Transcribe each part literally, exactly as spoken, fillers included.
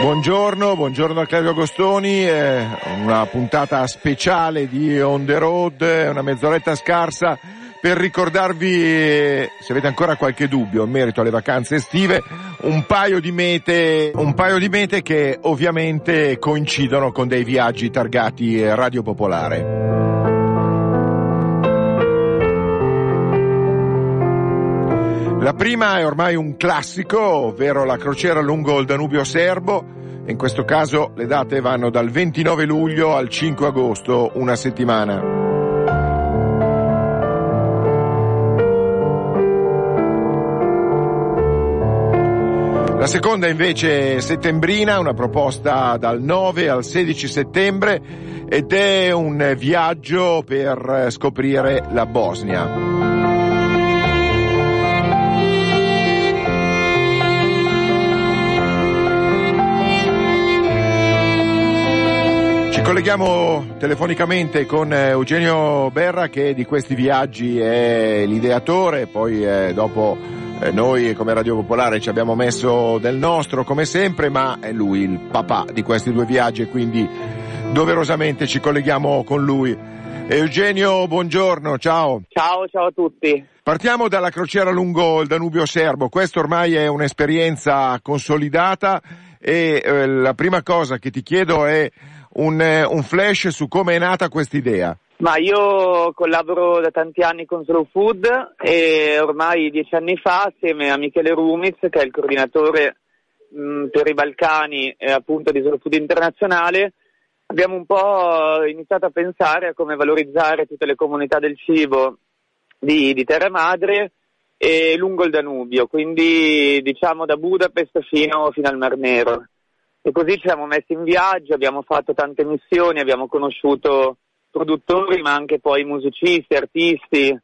Buongiorno, buongiorno a Claudio Agostoni, eh, una puntata speciale di On The Road, una mezz'oretta scarsa per ricordarvi, eh, se avete ancora qualche dubbio in merito alle vacanze estive, un paio di mete, un paio di mete che ovviamente coincidono con dei viaggi targati Radio Popolare. La prima è ormai un classico, ovvero la crociera lungo il Danubio serbo. In questo caso le date vanno dal ventinove luglio al cinque agosto, una settimana. La seconda invece è settembrina, una proposta dal nove al sedici settembre ed è un viaggio per scoprire la Bosnia. Ci colleghiamo telefonicamente con Eugenio Berra, che di questi viaggi è l'ideatore, poi eh, dopo eh, noi come Radio Popolare ci abbiamo messo del nostro come sempre, ma è lui il papà di questi due viaggi e quindi doverosamente ci colleghiamo con lui. Eugenio, buongiorno, ciao. Ciao, ciao a tutti. Partiamo dalla crociera lungo il Danubio serbo, questa ormai è un'esperienza consolidata e eh, la prima cosa che ti chiedo è Un, un flash su come è nata quest'idea. Ma io collaboro da tanti anni con Slow Food e ormai dieci anni fa, assieme a Michele Rumiz, che è il coordinatore mh, per i Balcani e appunto di Slow Food Internazionale, abbiamo un po' iniziato a pensare a come valorizzare tutte le comunità del cibo di, di terra madre e lungo il Danubio, quindi diciamo da Budapest fino, fino al Mar Nero. E così ci siamo messi in viaggio, abbiamo fatto tante missioni, abbiamo conosciuto produttori ma anche poi musicisti, artisti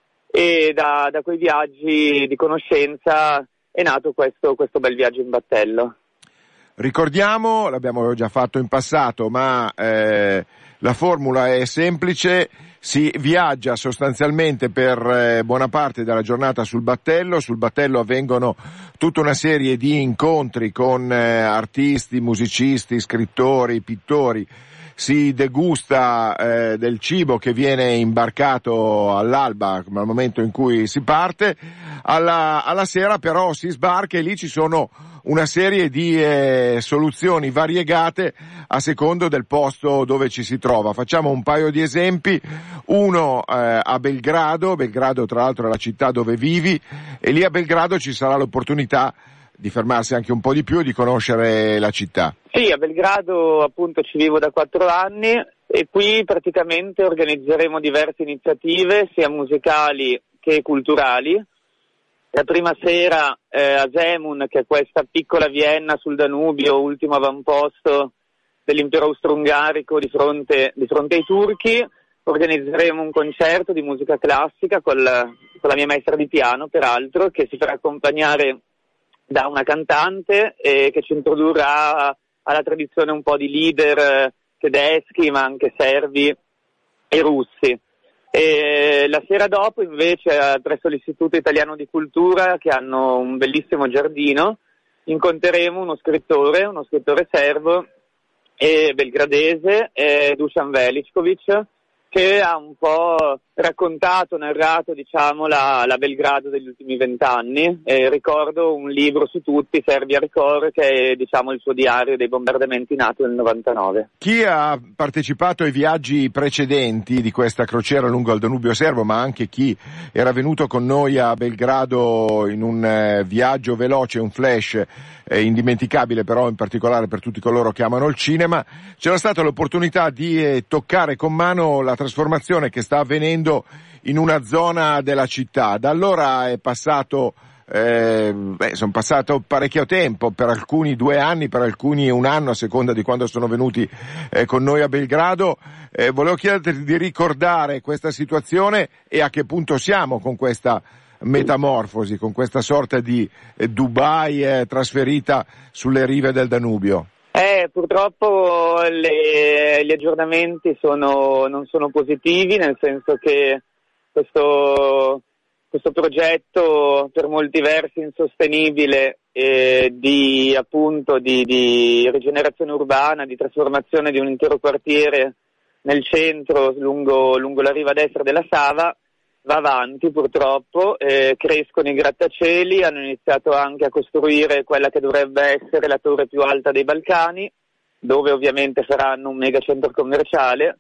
e da, da quei viaggi di conoscenza è nato questo, questo bel viaggio in battello. Ricordiamo, l'abbiamo già fatto in passato, ma eh, la formula è semplice, si viaggia sostanzialmente per eh, buona parte della giornata sul battello, sul battello avvengono tutta una serie di incontri con eh, artisti, musicisti, scrittori, pittori, si degusta eh, del cibo che viene imbarcato all'alba, al momento in cui si parte, alla, alla sera però si sbarca e lì ci sono una serie di eh, soluzioni variegate a secondo del posto dove ci si trova. Facciamo un paio di esempi, uno eh, a Belgrado, Belgrado tra l'altro è la città dove vivi, e lì a Belgrado ci sarà l'opportunità di fermarsi anche un po' di più e di conoscere la città. Sì, a Belgrado appunto ci vivo da quattro anni e qui praticamente organizzeremo diverse iniziative sia musicali che culturali. La prima sera eh, a Zemun, che è questa piccola Vienna sul Danubio, ultimo avamposto dell'impero austro-ungarico di fronte, di fronte ai turchi, organizzeremo un concerto di musica classica con la, con la mia maestra di piano, peraltro, che si farà accompagnare da una cantante e che ci introdurrà alla tradizione un po' di leader tedeschi, ma anche serbi e russi. E la sera dopo invece presso l'Istituto Italiano di Cultura, che hanno un bellissimo giardino, incontreremo uno scrittore, uno scrittore serbo e belgradese, eh, Dusan Velicković, che ha un po' raccontato, narrato, diciamo, la, la Belgrado degli ultimi vent'anni. Eh, ricordo un libro su tutti, Serbia Record, che è, diciamo, il suo diario dei bombardamenti NATO del novantanove. Chi ha partecipato ai viaggi precedenti di questa crociera lungo il Danubio serbo, ma anche chi era venuto con noi a Belgrado in un eh, viaggio veloce, un flash eh, indimenticabile però in particolare per tutti coloro che amano il cinema, c'era stata l'opportunità di eh, toccare con mano la trasformazione che sta avvenendo in una zona della città. Da allora è passato, eh, beh, sono passato parecchio tempo, per alcuni due anni, per alcuni un anno, a seconda di quando sono venuti eh, con noi a Belgrado. Eh, volevo chiederti di ricordare questa situazione e a che punto siamo con questa metamorfosi, con questa sorta di eh, Dubai eh, trasferita sulle rive del Danubio. Eh, purtroppo le, gli aggiornamenti sono, non sono positivi, nel senso che questo, questo progetto per molti versi insostenibile eh, di appunto di, di rigenerazione urbana, di trasformazione di un intero quartiere nel centro, lungo, lungo la riva destra della Sava, va avanti purtroppo, eh, crescono i grattacieli, hanno iniziato anche a costruire quella che dovrebbe essere la torre più alta dei Balcani, dove ovviamente faranno un megacentro commerciale,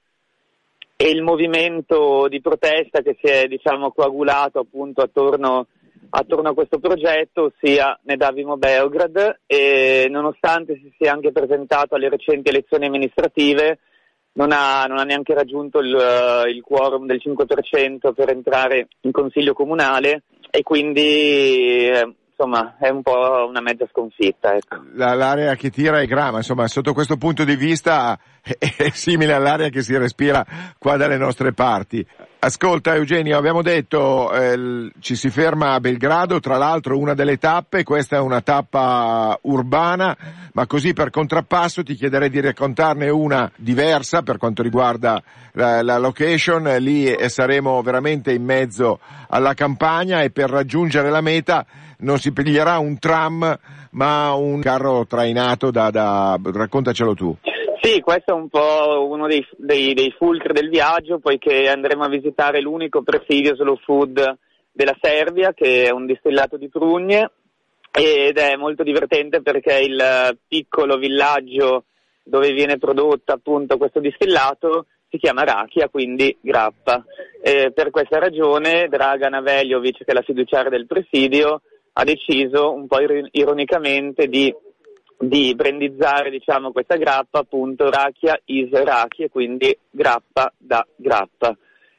e il movimento di protesta che si è, diciamo, coagulato appunto attorno, attorno a questo progetto, ossia Ne davimo Beograd, e nonostante si sia anche presentato alle recenti elezioni amministrative, non ha, non ha neanche raggiunto il, il quorum del cinque per cento per entrare in consiglio comunale, e quindi eh, insomma è un po' una mezza sconfitta, ecco. La, l'area che tira è grama, insomma sotto questo punto di vista è, è simile all'aria che si respira qua dalle nostre parti. Ascolta Eugenio, abbiamo detto eh, ci si ferma a Belgrado, tra l'altro una delle tappe, questa è una tappa urbana, ma così per contrappasso ti chiederei di raccontarne una diversa per quanto riguarda la, la location. Lì eh, saremo veramente in mezzo alla campagna e per raggiungere la meta non si piglierà un tram ma un carro trainato da, da... raccontacelo tu. Sì, questo è un po' uno dei, dei, dei fulcri del viaggio, poiché andremo a visitare l'unico presidio slow food della Serbia, che è un distillato di prugne, ed è molto divertente perché il piccolo villaggio dove viene prodotto appunto questo distillato si chiama Rakia, quindi grappa. E per questa ragione Dragana Veljovic, che è la fiduciaria del presidio, ha deciso un po' ironicamente di di brandizzare, diciamo, questa grappa appunto Rakia is Rakia, quindi grappa da grappa.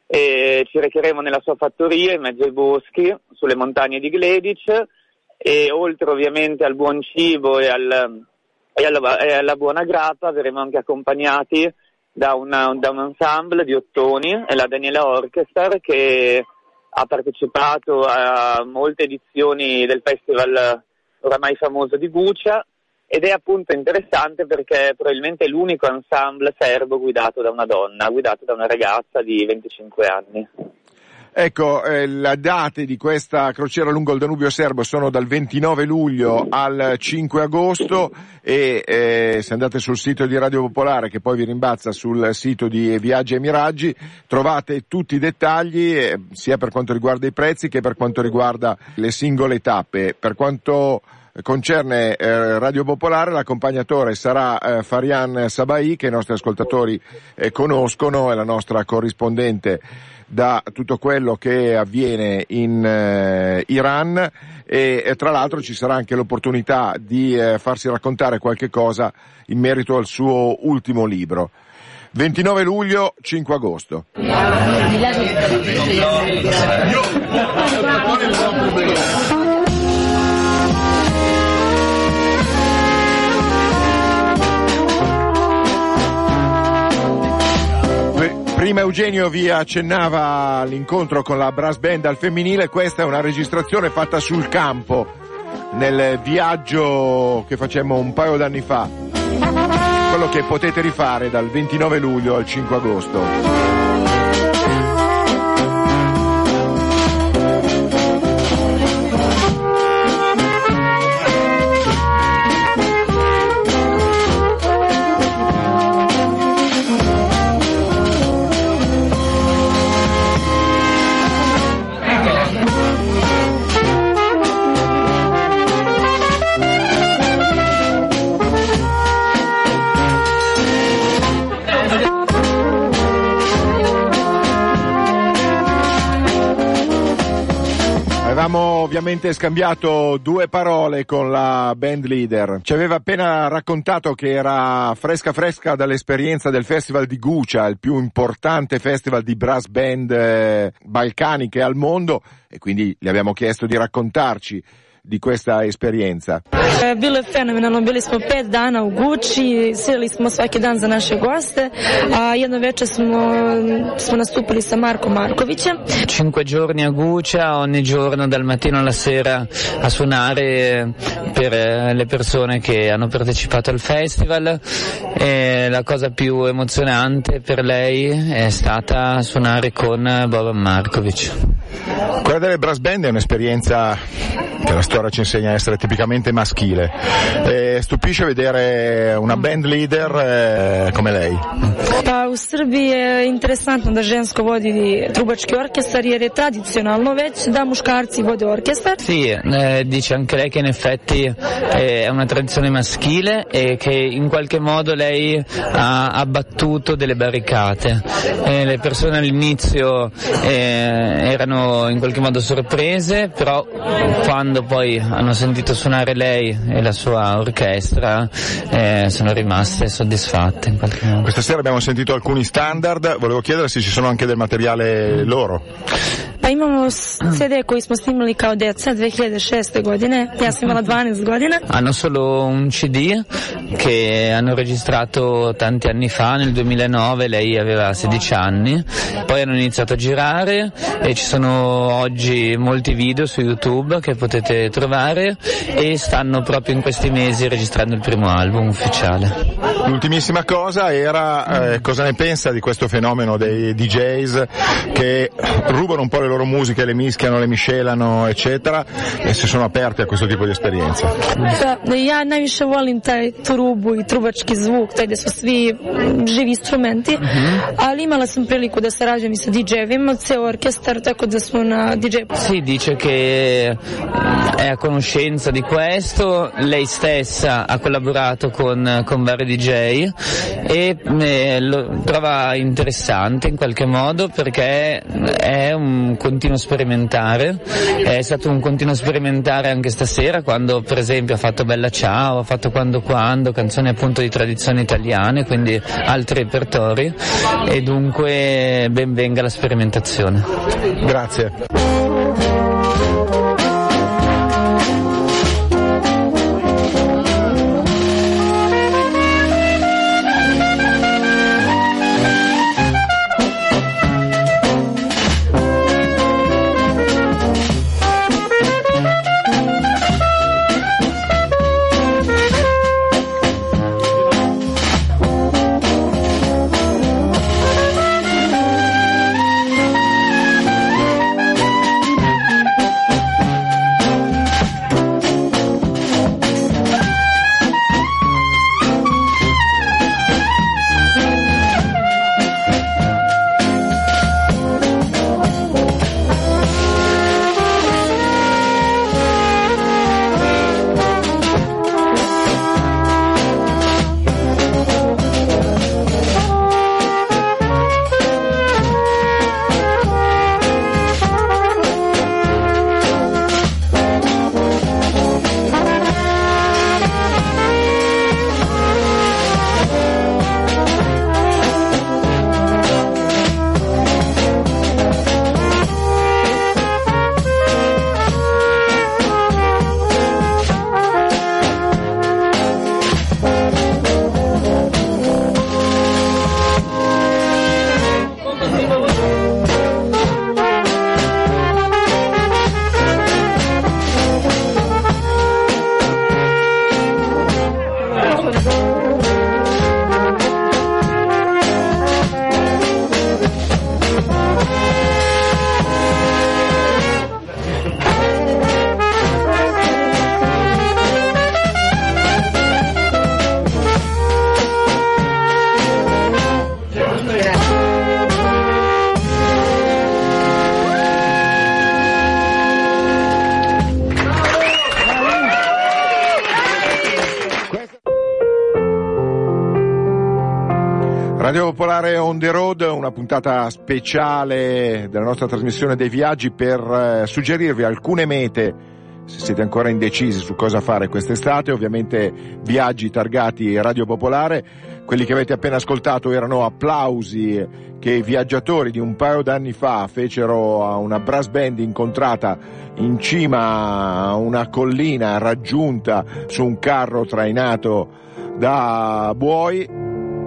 E ci recheremo nella sua fattoria in mezzo ai boschi, sulle montagne di Gledic, e oltre ovviamente al buon cibo e, al, e, alla, e alla buona grappa verremo anche accompagnati da, una, da un ensemble di ottoni, e la Daniela Orchestra, che ha partecipato a molte edizioni del festival oramai famoso di Guča, ed è appunto interessante perché è probabilmente l'unico ensemble serbo guidato da una donna, guidato da una ragazza di venticinque anni. Ecco, eh, le date di questa crociera lungo il Danubio serbo sono dal ventinove luglio al cinque agosto, e eh, se andate sul sito di Radio Popolare, che poi vi rimbalza sul sito di Viaggi e Miraggi, trovate tutti i dettagli, eh, sia per quanto riguarda i prezzi che per quanto riguarda le singole tappe. Per quanto concerne eh, Radio Popolare, l'accompagnatore sarà eh, Farian Sabai, che i nostri ascoltatori eh, conoscono, è la nostra corrispondente da tutto quello che avviene in eh, Iran, e, e tra l'altro ci sarà anche l'opportunità di eh, farsi raccontare qualche cosa in merito al suo ultimo libro. ventinove luglio, cinque agosto. Prima Eugenio vi accennava l'incontro con la brass band al femminile. Questa è una registrazione fatta sul campo nel viaggio che facemmo un paio d'anni fa, quello che potete rifare dal ventinove luglio al cinque agosto. Avevamo ovviamente scambiato due parole con la band leader. Ci aveva appena raccontato che era fresca fresca dall'esperienza del festival di Guča, il più importante festival di brass band eh, balcaniche al mondo, e quindi gli abbiamo chiesto di raccontarci di questa esperienza. Bilo je fenomenalno, bili smo pet dana u Guči, svirali smo svaki dan za naše goste, a jedno večer smo, smo nastupili sa Marko Markovićem. Cinque giorni a Guča, ogni giorno dal mattino alla sera a suonare per le persone che hanno partecipato al festival, e la cosa più emozionante per lei è stata suonare con Boban Marković. Quella delle brass band è un'esperienza che la sto storia ci insegna a essere tipicamente maschile. E stupisce vedere una band leader eh, come lei. Pa u Srbiji je interesantno da žensko vodi trubački orkestar jer je tradicionalno već da muškarci vode orkestar. Sì, eh, dice anche lei che in effetti eh, è una tradizione maschile e che in qualche modo lei ha abbattuto delle barricate. Eh, le persone all'inizio eh, erano in qualche modo sorprese, però quando poi hanno sentito suonare lei e la sua orchestra eh, sono rimaste soddisfatte in qualche modo. Questa sera abbiamo sentito alcuni standard, volevo chiedere se ci sono anche del materiale loro. Pa imamo C D koji smo snimali kao deca dve hiljade šeste godine, ja sam imala dvanaest godina. Hanno solo un C D che hanno registrato tanti anni fa, nel duemilanove, lei aveva sedici anni, poi hanno iniziato a girare e ci sono oggi molti video su YouTube che potete trovare e stanno proprio in questi mesi registrando il primo album ufficiale. L'ultimissima cosa era eh, cosa ne pensa di questo fenomeno dei D Js che rubano un po' le loro musiche, le mischiano, le miscelano, eccetera, e se sono aperti a questo tipo di esperienza. Da, ja najviše volim taj trubu i trubački zvuk, taj gde su svi živi instrumenti, mm-hmm. ali imala sam priliku da sarađujem i sa D J-evima, ceo orkestar, tako da smo na D J. Sì, dice che è a conoscenza di questo, lei stessa ha collaborato con, con vari D J e eh, lo trova interessante in qualche modo perché è un continuo sperimentare, è stato un continuo sperimentare anche stasera quando per esempio ha fatto Bella Ciao, ha fatto Quando Quando, canzoni appunto di tradizioni italiane, quindi altri repertori, e dunque ben venga la sperimentazione. Grazie. Radio Popolare on the road, una puntata speciale della nostra trasmissione dei viaggi per eh, suggerirvi alcune mete se siete ancora indecisi su cosa fare quest'estate. Ovviamente viaggi targati Radio Popolare. Quelli che avete appena ascoltato erano applausi che i viaggiatori di un paio d'anni fa fecero a una brass band incontrata in cima a una collina raggiunta su un carro trainato da buoi.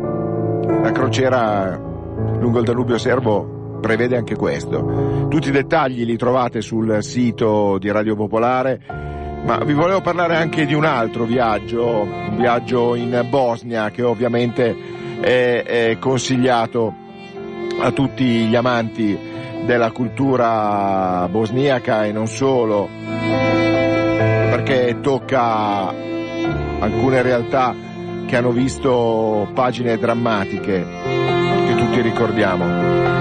La crociera lungo il Danubio Serbo prevede anche questo. Tutti i dettagli li trovate sul sito di Radio Popolare, ma vi volevo parlare anche di un altro viaggio, un viaggio in Bosnia che ovviamente è, è consigliato a tutti gli amanti della cultura bosniaca e non solo. perché tocca alcune realtà che hanno visto pagine drammatiche che tutti ricordiamo.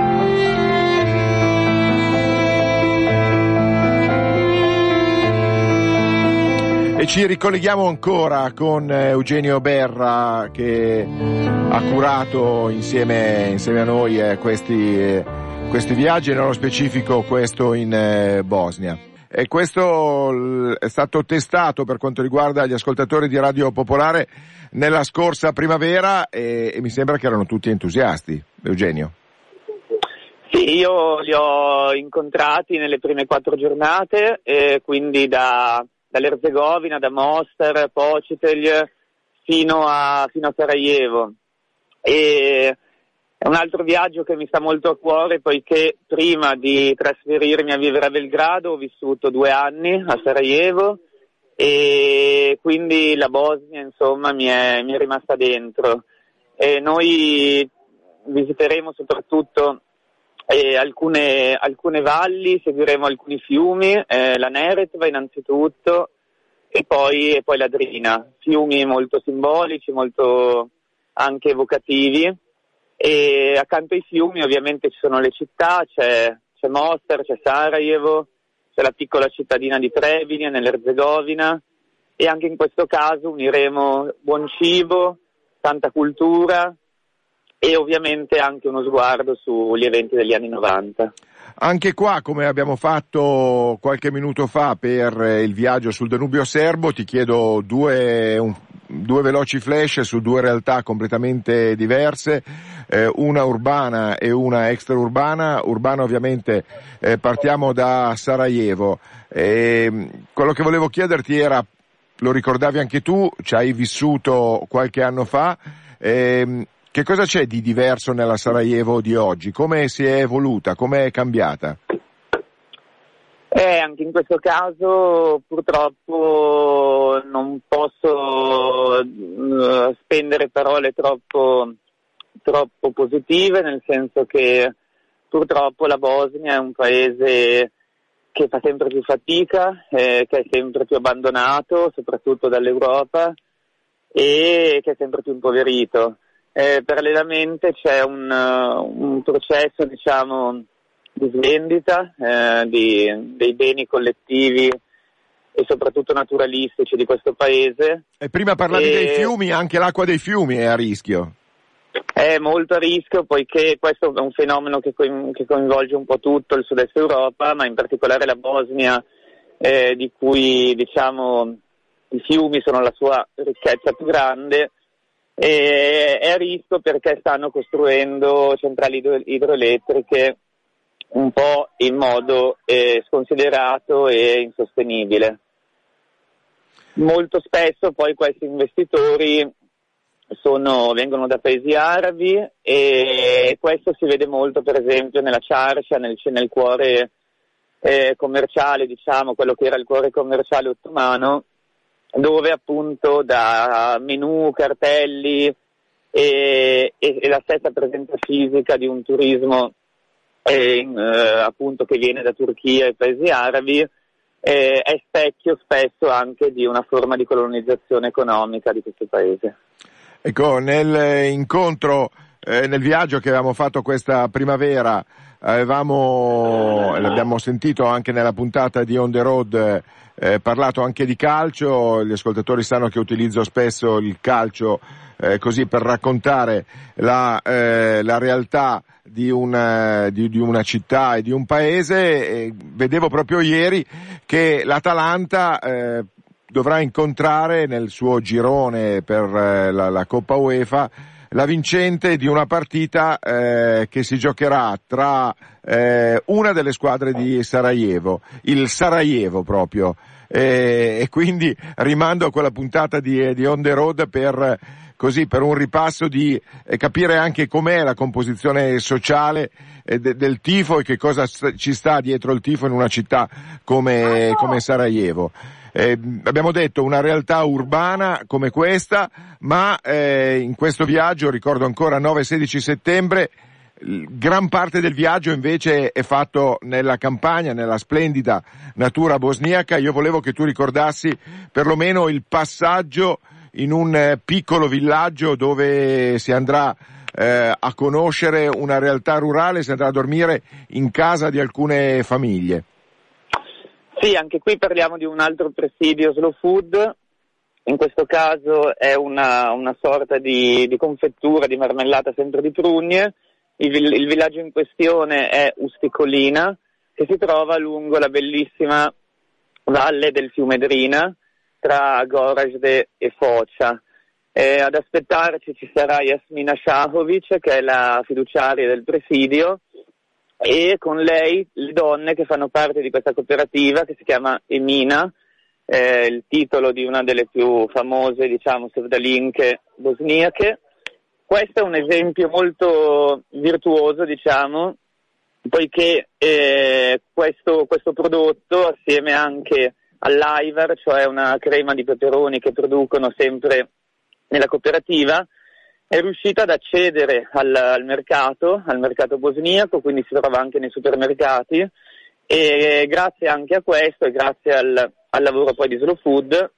E ci ricolleghiamo ancora con Eugenio Berra, che ha curato insieme, insieme a noi eh, questi, eh, questi viaggi, nello specifico questo in eh, Bosnia. E questo l- è stato testato per quanto riguarda gli ascoltatori di Radio Popolare nella scorsa primavera e, e mi sembra che erano tutti entusiasti. Eugenio. Sì, io li ho incontrati nelle prime quattro giornate, eh, quindi da... dall'Erzegovina, da Mostar, Pocitel, fino a, fino a Sarajevo. E è un altro viaggio che mi sta molto a cuore, poiché prima di trasferirmi a vivere a Belgrado ho vissuto due anni a Sarajevo e quindi la Bosnia, insomma, mi è, mi è rimasta dentro. E noi visiteremo soprattutto eh, alcune, alcune valli, seguiremo alcuni fiumi, eh, la Neretva innanzitutto, e poi, e poi la Drina, fiumi molto simbolici, molto anche evocativi, e accanto ai fiumi ovviamente ci sono le città, c'è, c'è Mostar, c'è Sarajevo, c'è la piccola cittadina di Trebinje nell'Erzegovina, e anche in questo caso uniremo buon cibo, tanta cultura e ovviamente anche uno sguardo sugli eventi degli anni novanta. Anche qua, come abbiamo fatto qualche minuto fa per il viaggio sul Danubio serbo, ti chiedo due, un, due veloci flash su due realtà completamente diverse, eh, una urbana e una extraurbana. Urbana ovviamente, eh, partiamo da Sarajevo. Eh, quello che volevo chiederti era, lo ricordavi anche tu, ci hai vissuto qualche anno fa, eh, che cosa c'è di diverso nella Sarajevo di oggi? Come si è evoluta? Come è cambiata? Eh, anche in questo caso purtroppo non posso uh, spendere parole troppo, troppo positive, nel senso che purtroppo la Bosnia è un paese che fa sempre più fatica, eh, che è sempre più abbandonato, soprattutto dall'Europa, e che è sempre più impoverito. Eh, parallelamente c'è un, uh, un processo, diciamo, di svendita eh, di, dei beni collettivi e soprattutto naturalistici di questo paese. E prima parlavi e... dei fiumi, anche l'acqua dei fiumi è a rischio. È molto a rischio, poiché questo è un fenomeno che, co- che coinvolge un po' tutto il sud-est Europa, ma in particolare la Bosnia, eh, di cui, diciamo, i fiumi sono la sua ricchezza più grande. E è a rischio perché stanno costruendo centrali idro- idroelettriche un po' in modo eh, sconsiderato e insostenibile. Molto spesso poi questi investitori sono, vengono da paesi arabi, e questo si vede molto per esempio nella Ciarcia, nel, nel cuore eh, commerciale, diciamo, quello che era il cuore commerciale ottomano, dove appunto da menù, cartelli e, e, e la stessa presenza fisica di un turismo eh, eh, appunto che viene da Turchia e paesi arabi eh, è specchio spesso anche di una forma di colonizzazione economica di questo paese. Ecco, nel incontro, eh, nel viaggio che avevamo fatto questa primavera, avevamo, l'abbiamo sentito anche nella puntata di On the Road, eh, parlato anche di calcio. Gli ascoltatori sanno che utilizzo spesso il calcio eh, così per raccontare la, eh, la realtà di una, di, di una città e di un paese. E vedevo proprio ieri che l'Atalanta eh, dovrà incontrare nel suo girone per eh, la, la Coppa UEFA la vincente di una partita eh, che si giocherà tra eh, una delle squadre di Sarajevo, il Sarajevo proprio, eh, e quindi rimando a quella puntata di, di On the Road per così per un ripasso di eh, capire anche com'è la composizione sociale eh, de, del tifo e che cosa st- ci sta dietro il tifo in una città come, come Sarajevo. Eh, abbiamo detto una realtà urbana come questa, ma eh, in questo viaggio, ricordo ancora nove sedici settembre, gran parte del viaggio invece è fatto nella campagna, nella splendida natura bosniaca. Io volevo che tu ricordassi perlomeno il passaggio in un piccolo villaggio dove si andrà eh, a conoscere una realtà rurale, si andrà a dormire in casa di alcune famiglie. Sì, anche qui parliamo di un altro presidio slow food. In questo caso è una, una sorta di, di confettura, di marmellata sempre di prugne. Il, il villaggio in questione è Usticolina, che si trova lungo la bellissima valle del fiume Drina, tra Gorazde e Foča. Eh, ad aspettarci ci sarà Jasmina Šahović, che è la fiduciaria del presidio, e con lei le donne che fanno parte di questa cooperativa che si chiama Emina, eh, il titolo di una delle più famose, diciamo, sevdalinke bosniache. Questo è un esempio molto virtuoso, diciamo, poiché eh, questo, questo prodotto, assieme anche all'Aivar, cioè una crema di peperoni che producono sempre nella cooperativa, è riuscita ad accedere al, al mercato, al mercato bosniaco, quindi si trova anche nei supermercati, e grazie anche a questo e grazie al, al lavoro poi di Slow Food,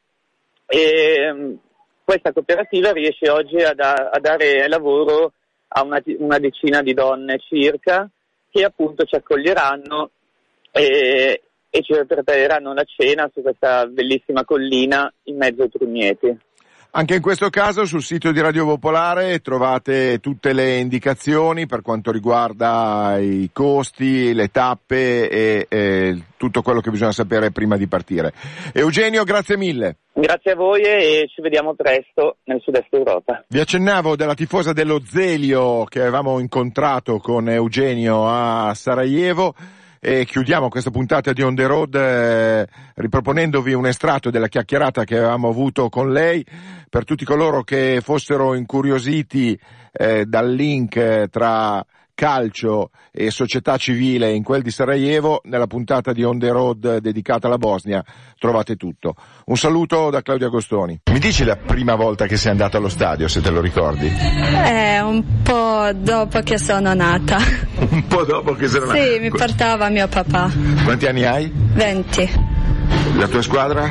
e, questa cooperativa riesce oggi a, da, a dare lavoro a una, una decina di donne circa, che appunto ci accoglieranno e, e ci prepareranno la cena su questa bellissima collina in mezzo ai Prugneti. Anche in questo caso sul sito di Radio Popolare trovate tutte le indicazioni per quanto riguarda i costi, le tappe e, e tutto quello che bisogna sapere prima di partire. Eugenio, grazie mille. Grazie a voi e ci vediamo presto nel sud-est Europa. Vi accennavo della tifosa dello Zelio che avevamo incontrato con Eugenio a Sarajevo. E chiudiamo questa puntata di On The Road eh, riproponendovi un estratto della chiacchierata che avevamo avuto con lei. Per tutti coloro che fossero incuriositi eh, dal link eh, tra calcio e società civile in quel di Sarajevo, nella puntata di On The Road dedicata alla Bosnia trovate tutto. Un saluto da Claudio Agostoni. Mi dici la prima volta che sei andato allo stadio, se te lo ricordi? Eh, un po' dopo che sono nata. Un po' dopo che sei nata? Sì, mi portava mio papà. Quanti anni hai? venti. La tua squadra?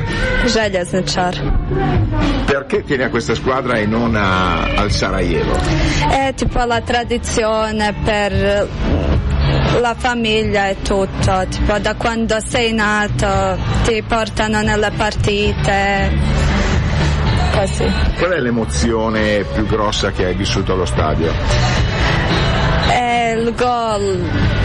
Željezničar. Perché tieni a questa squadra e non a, al Sarajevo? È tipo la tradizione per la famiglia e tutto, tipo da quando sei nato ti portano nelle partite, così. Qual è l'emozione più grossa che hai vissuto allo stadio? È il gol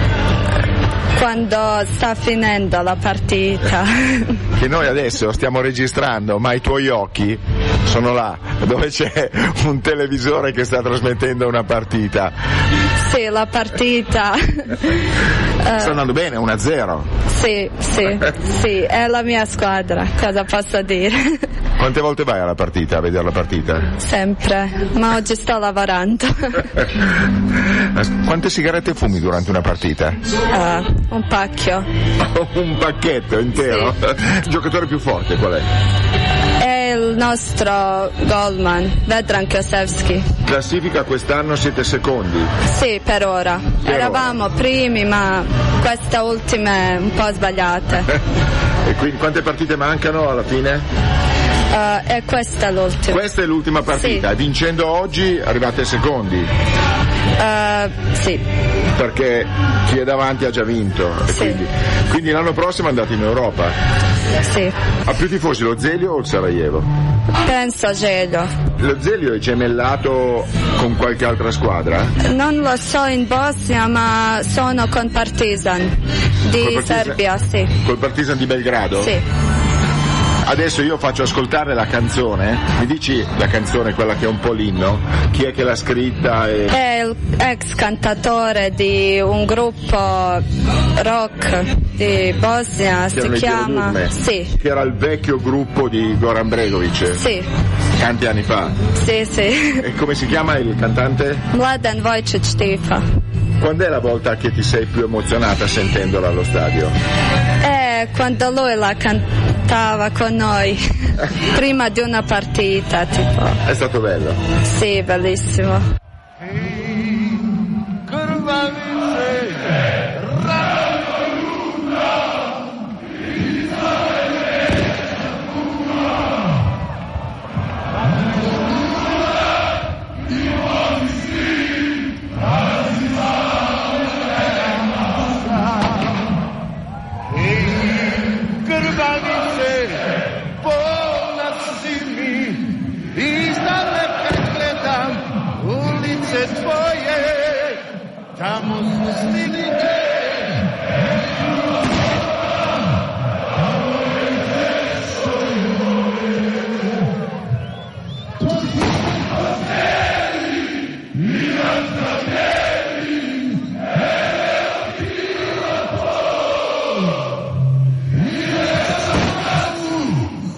quando sta finendo la partita. Che noi adesso stiamo registrando, ma i tuoi occhi sono là, dove c'è un televisore che sta trasmettendo una partita. Sì, la partita. Sta andando bene, uno a zero. Sì, sì, sì, è la mia squadra, cosa posso dire? Quante volte vai alla partita, a vedere la partita? Sempre, ma oggi sto lavorando. Quante sigarette fumi durante una partita? Uh, un pacchio. Un pacchetto intero? Sì. Il giocatore più forte qual è? È il nostro goalman, Vedran Krasevski. Classifica quest'anno siete secondi? Sì, per ora. Per Eravamo ora. primi, ma queste ultime un po' sbagliate. E quindi quante partite mancano alla fine? Uh, e questa è l'ultima. Questa è l'ultima partita, sì. Vincendo oggi arrivate secondi? Uh, sì. Perché chi è davanti ha già vinto. E sì. quindi, quindi l'anno prossimo andate in Europa? Sì. Ha più tifosi lo Zelio o il Sarajevo? Penso Zelio. Lo Zelio è gemellato con qualche altra squadra? Non lo so in Bosnia, ma sono con Partizan di Partizan? Serbia, sì. Col Partizan di Belgrado? Sì. Adesso io faccio ascoltare la canzone, mi dici la canzone, quella che è un po' l'inno? Chi è che l'ha scritta? E... È l'ex cantatore di un gruppo rock di Bosnia, si chiama... Sì. Che era il vecchio gruppo di Goran Bregović? Sì. Tanti anni fa? Sì, sì. E come si chiama il cantante? Mladen Vojčić Tifa. Quando è la volta che ti sei più emozionata sentendola allo stadio? È quando lui la cantava con noi, prima di una partita, tipo. È stato bello? Sì, bellissimo.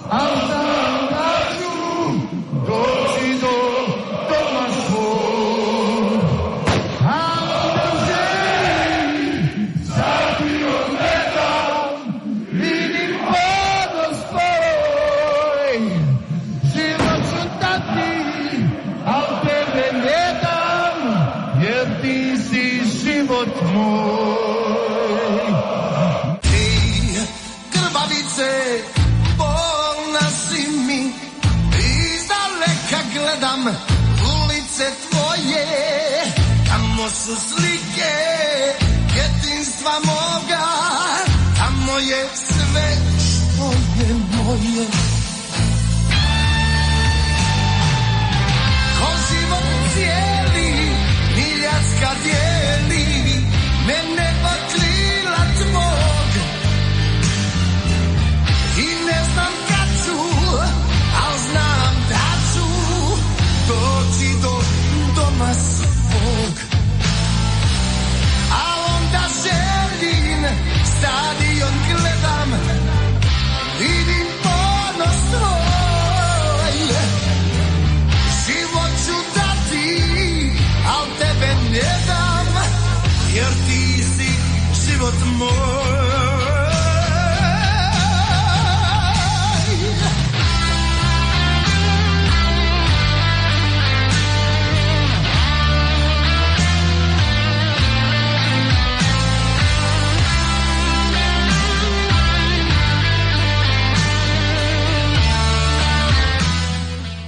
Ulice tvoje, tamo su slike djetinjstva moga, tamo je sve što je moje. Ko život cijeli, miljacka dijeli, mene od krila tvog. I ne znam kad ću, al znam da ću doći do doma svog. A onda želim, stadion gledam, vidim ponos tvoj. Život ću dati, al tebe ne dam, jer ti si život moj.